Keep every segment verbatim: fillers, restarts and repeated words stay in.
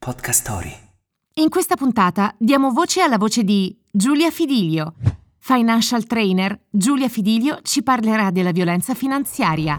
Podcast Story. In questa puntata diamo voce alla voce di Giulia Fidilio. Financial trainer Giulia Fidilio ci parlerà della violenza finanziaria.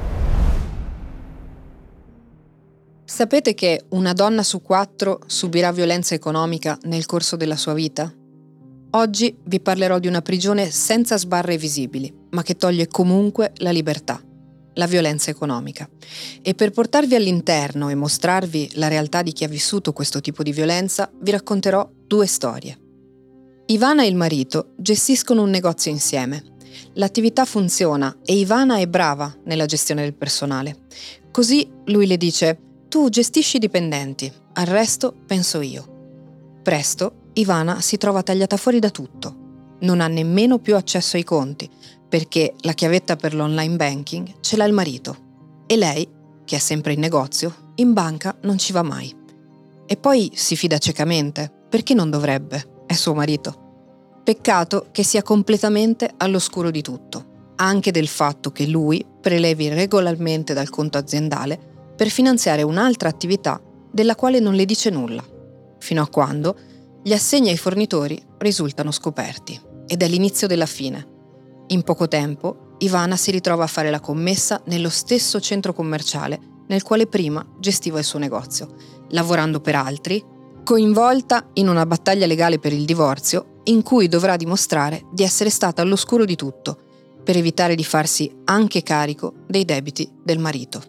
Sapete che una donna su quattro subirà violenza economica nel corso della sua vita? Oggi vi parlerò di una prigione senza sbarre visibili, ma che toglie comunque la libertà, la violenza economica. E per portarvi all'interno e mostrarvi la realtà di chi ha vissuto questo tipo di violenza, vi racconterò due storie. Ivana e il marito gestiscono un negozio insieme. L'attività funziona e Ivana è brava nella gestione del personale. Così lui le dice: tu gestisci i dipendenti, al resto penso io. Presto Ivana si trova tagliata fuori da tutto. Non ha nemmeno più accesso ai conti, perché la chiavetta per l'online banking ce l'ha il marito. E lei, che è sempre in negozio, in banca non ci va mai. E poi si fida ciecamente, perché non dovrebbe? È suo marito. Peccato che sia completamente all'oscuro di tutto, anche del fatto che lui prelevi regolarmente dal conto aziendale per finanziare un'altra attività della quale non le dice nulla, fino a quando gli assegni ai fornitori risultano scoperti. Ed è l'inizio della fine. In poco tempo, Ivana si ritrova a fare la commessa nello stesso centro commerciale nel quale prima gestiva il suo negozio, lavorando per altri, coinvolta in una battaglia legale per il divorzio in cui dovrà dimostrare di essere stata all'oscuro di tutto per evitare di farsi anche carico dei debiti del marito.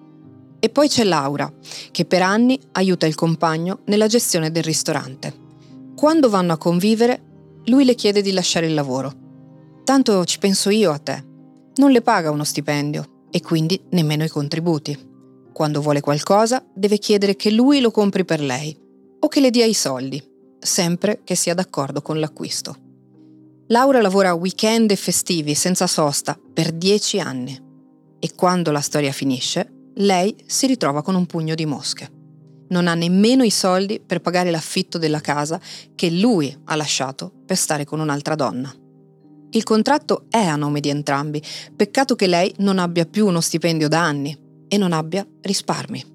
E poi c'è Laura, che per anni aiuta il compagno nella gestione del ristorante. Quando vanno a convivere, lui le chiede di lasciare il lavoro. Tanto ci penso io a te. Non le paga uno stipendio e quindi nemmeno i contributi. Quando vuole qualcosa, deve chiedere che lui lo compri per lei o che le dia i soldi, sempre che sia d'accordo con l'acquisto. Laura lavora weekend e festivi senza sosta per dieci anni e quando la storia finisce, lei si ritrova con un pugno di mosche. Non ha nemmeno i soldi per pagare l'affitto della casa che lui ha lasciato per stare con un'altra donna. Il contratto è a nome di entrambi, peccato che lei non abbia più uno stipendio da anni e non abbia risparmi.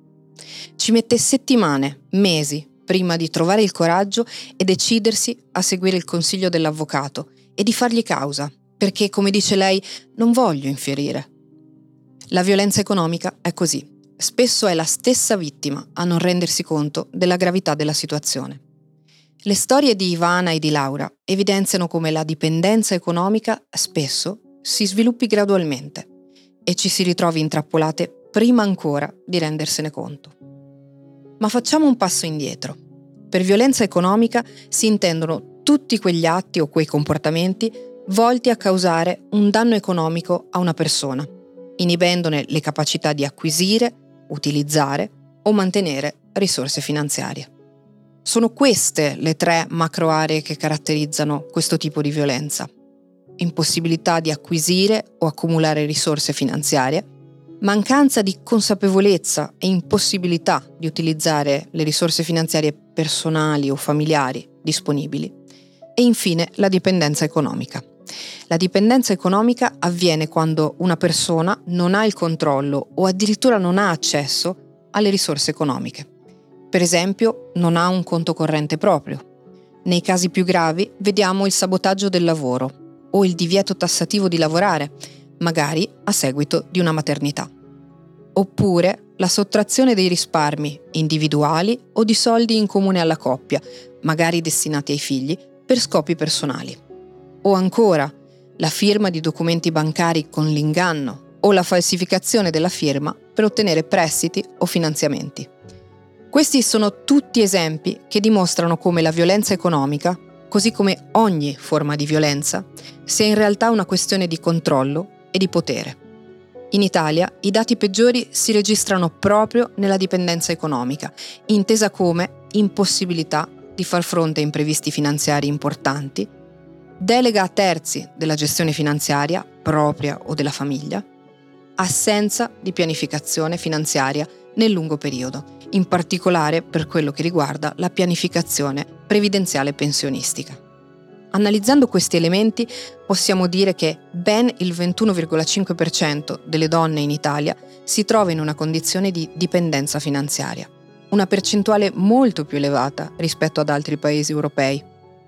Ci mette settimane, mesi, prima di trovare il coraggio e decidersi a seguire il consiglio dell'avvocato e di fargli causa, perché, come dice lei, non voglio infierire. La violenza economica è così. Spesso è la stessa vittima a non rendersi conto della gravità della situazione. Le storie di Ivana e di Laura evidenziano come la dipendenza economica spesso si sviluppi gradualmente e ci si ritrovi intrappolate prima ancora di rendersene conto. Ma facciamo un passo indietro. Per violenza economica si intendono tutti quegli atti o quei comportamenti volti a causare un danno economico a una persona, inibendone le capacità di acquisire, utilizzare o mantenere risorse finanziarie. Sono queste le tre macro aree che caratterizzano questo tipo di violenza. Impossibilità di acquisire o accumulare risorse finanziarie, mancanza di consapevolezza e impossibilità di utilizzare le risorse finanziarie personali o familiari disponibili e infine la dipendenza economica. La dipendenza economica avviene quando una persona non ha il controllo o addirittura non ha accesso alle risorse economiche. Per esempio, non ha un conto corrente proprio. Nei casi più gravi vediamo il sabotaggio del lavoro o il divieto tassativo di lavorare, magari a seguito di una maternità. Oppure la sottrazione dei risparmi individuali o di soldi in comune alla coppia, magari destinati ai figli, per scopi personali. O ancora la firma di documenti bancari con l'inganno o la falsificazione della firma per ottenere prestiti o finanziamenti. Questi sono tutti esempi che dimostrano come la violenza economica, così come ogni forma di violenza, sia in realtà una questione di controllo e di potere. In Italia i dati peggiori si registrano proprio nella dipendenza economica, intesa come impossibilità di far fronte a imprevisti finanziari importanti, delega a terzi della gestione finanziaria, propria o della famiglia, assenza di pianificazione finanziaria nel lungo periodo, in particolare per quello che riguarda la pianificazione previdenziale pensionistica. Analizzando questi elementi possiamo dire che ben il ventuno virgola cinque per cento delle donne in Italia si trova in una condizione di dipendenza finanziaria. una percentuale molto più elevata rispetto ad altri paesi europei.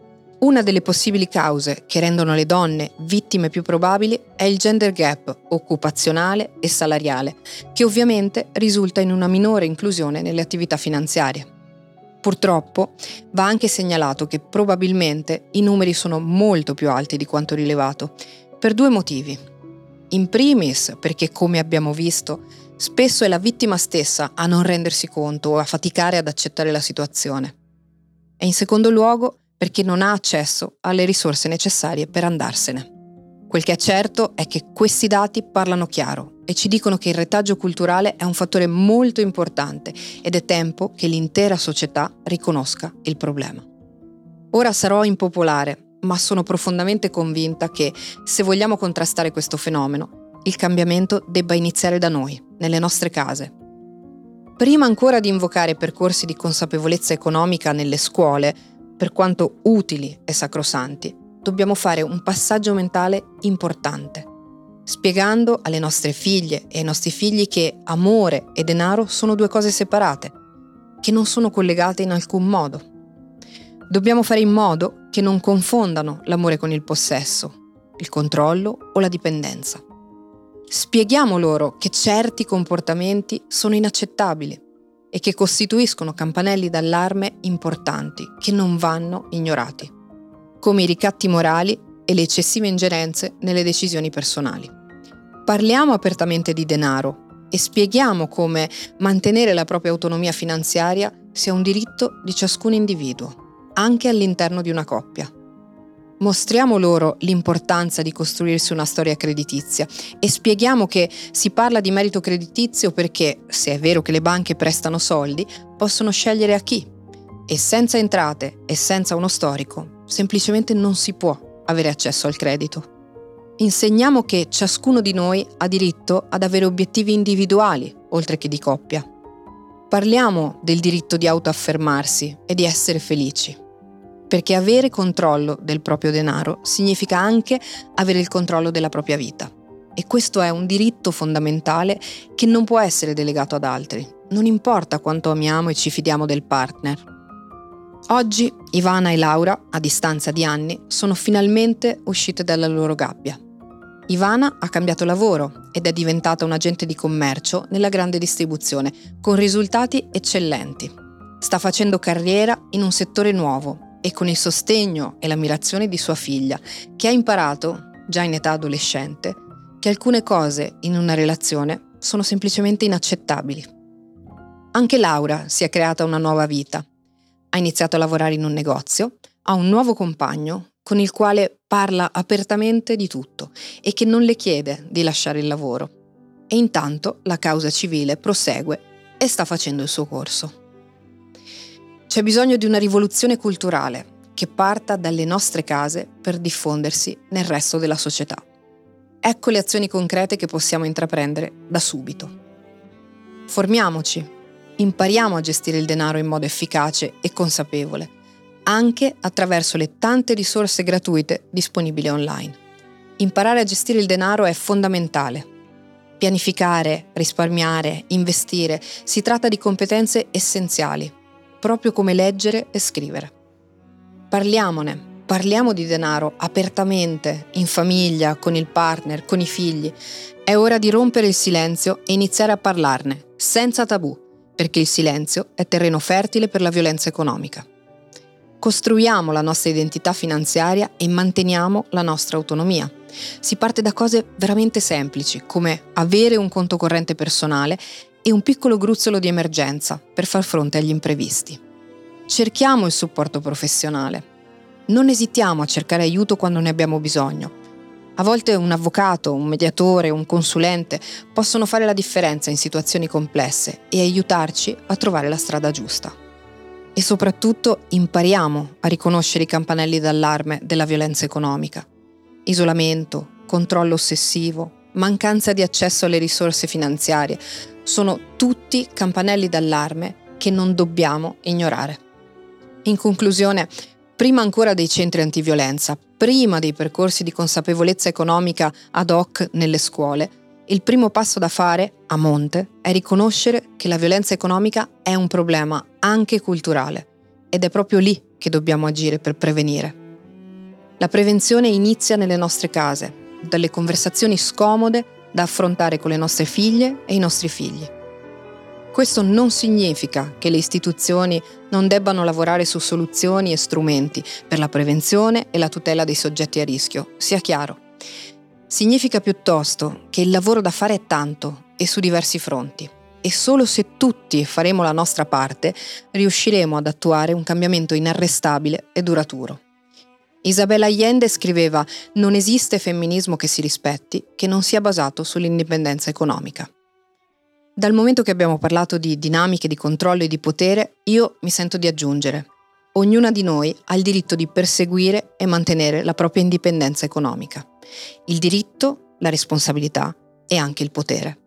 Una delle possibili cause che rendono le donne vittime più probabili è il gender gap occupazionale e salariale, che ovviamente risulta in una minore inclusione nelle attività finanziarie. Purtroppo va anche segnalato che probabilmente i numeri sono molto più alti di quanto rilevato, per due motivi. In primis perché, come abbiamo visto, spesso è la vittima stessa a non rendersi conto o a faticare ad accettare la situazione. E in secondo luogo perché non ha accesso alle risorse necessarie per andarsene. Quel che è certo è che questi dati parlano chiaro e ci dicono che il retaggio culturale è un fattore molto importante ed è tempo che l'intera società riconosca il problema. Ora sarò impopolare, ma sono profondamente convinta che, se vogliamo contrastare questo fenomeno, il cambiamento debba iniziare da noi, nelle nostre case. Prima ancora di invocare percorsi di consapevolezza economica nelle scuole, per quanto utili e sacrosanti, dobbiamo fare un passaggio mentale importante, spiegando alle nostre figlie e ai nostri figli che amore e denaro sono due cose separate, che non sono collegate in alcun modo. Dobbiamo fare in modo che non confondano l'amore con il possesso, il controllo o la dipendenza. Spieghiamo loro che certi comportamenti sono inaccettabili e che costituiscono campanelli d'allarme importanti che non vanno ignorati, come i ricatti morali e le eccessive ingerenze nelle decisioni personali. Parliamo apertamente di denaro e spieghiamo come mantenere la propria autonomia finanziaria sia un diritto di ciascun individuo, anche all'interno di una coppia. Mostriamo loro l'importanza di costruirsi una storia creditizia e spieghiamo che si parla di merito creditizio perché, se è vero che le banche prestano soldi, possono scegliere a chi. E senza entrate e senza uno storico, semplicemente non si può avere accesso al credito. Insegniamo che ciascuno di noi ha diritto ad avere obiettivi individuali, oltre che di coppia. Parliamo del diritto di autoaffermarsi e di essere felici. Perché avere controllo del proprio denaro significa anche avere il controllo della propria vita. E questo è un diritto fondamentale che non può essere delegato ad altri. Non importa quanto amiamo e ci fidiamo del partner. Oggi Ivana e Laura, a distanza di anni, sono finalmente uscite dalla loro gabbia. Ivana ha cambiato lavoro ed è diventata un agente di commercio nella grande distribuzione, con risultati eccellenti. Sta facendo carriera in un settore nuovo e con il sostegno e l'ammirazione di sua figlia, che ha imparato, già in età adolescente, che alcune cose in una relazione sono semplicemente inaccettabili. Anche Laura si è creata una nuova vita. Ha iniziato a lavorare in un negozio, ha un nuovo compagno con il quale parla apertamente di tutto e che non le chiede di lasciare il lavoro. E intanto la causa civile prosegue e sta facendo il suo corso. C'è bisogno di una rivoluzione culturale che parta dalle nostre case per diffondersi nel resto della società. Ecco le azioni concrete che possiamo intraprendere da subito. Formiamoci, impariamo a gestire il denaro in modo efficace e consapevole, anche attraverso le tante risorse gratuite disponibili online. Imparare a gestire il denaro è fondamentale. Pianificare, risparmiare, investire, si tratta di competenze essenziali, proprio come leggere e scrivere. Parliamone, parliamo di denaro apertamente, in famiglia, con il partner, con i figli. È ora di rompere il silenzio e iniziare a parlarne, senza tabù, perché il silenzio è terreno fertile per la violenza economica. Costruiamo la nostra identità finanziaria e manteniamo la nostra autonomia. Si parte da cose veramente semplici, come avere un conto corrente personale e un piccolo gruzzolo di emergenza per far fronte agli imprevisti. Cerchiamo il supporto professionale. Non esitiamo a cercare aiuto quando ne abbiamo bisogno. A volte un avvocato, un mediatore, un consulente possono fare la differenza in situazioni complesse e aiutarci a trovare la strada giusta. E soprattutto impariamo a riconoscere i campanelli d'allarme della violenza economica. Isolamento, controllo ossessivo, mancanza di accesso alle risorse finanziarie sono tutti campanelli d'allarme che non dobbiamo ignorare. In conclusione, prima ancora dei centri antiviolenza, prima dei percorsi di consapevolezza economica ad hoc nelle scuole, Il primo passo da fare, a monte, è riconoscere che la violenza economica è un problema anche culturale ed è proprio lì che dobbiamo agire per prevenire. La prevenzione inizia nelle nostre case, dalle conversazioni scomode da affrontare con le nostre figlie e i nostri figli. Questo non significa che le istituzioni non debbano lavorare su soluzioni e strumenti per la prevenzione e la tutela dei soggetti a rischio, sia chiaro. Significa piuttosto che il lavoro da fare è tanto e su diversi fronti, e solo se tutti faremo la nostra parte riusciremo ad attuare un cambiamento inarrestabile e duraturo. Isabel Allende scriveva: «Non esiste femminismo che si rispetti che non sia basato sull'indipendenza economica». Dal momento che abbiamo parlato di dinamiche di controllo e di potere, io mi sento di aggiungere: ognuna di noi ha il diritto di perseguire e mantenere la propria indipendenza economica. Il diritto, la responsabilità e anche il potere.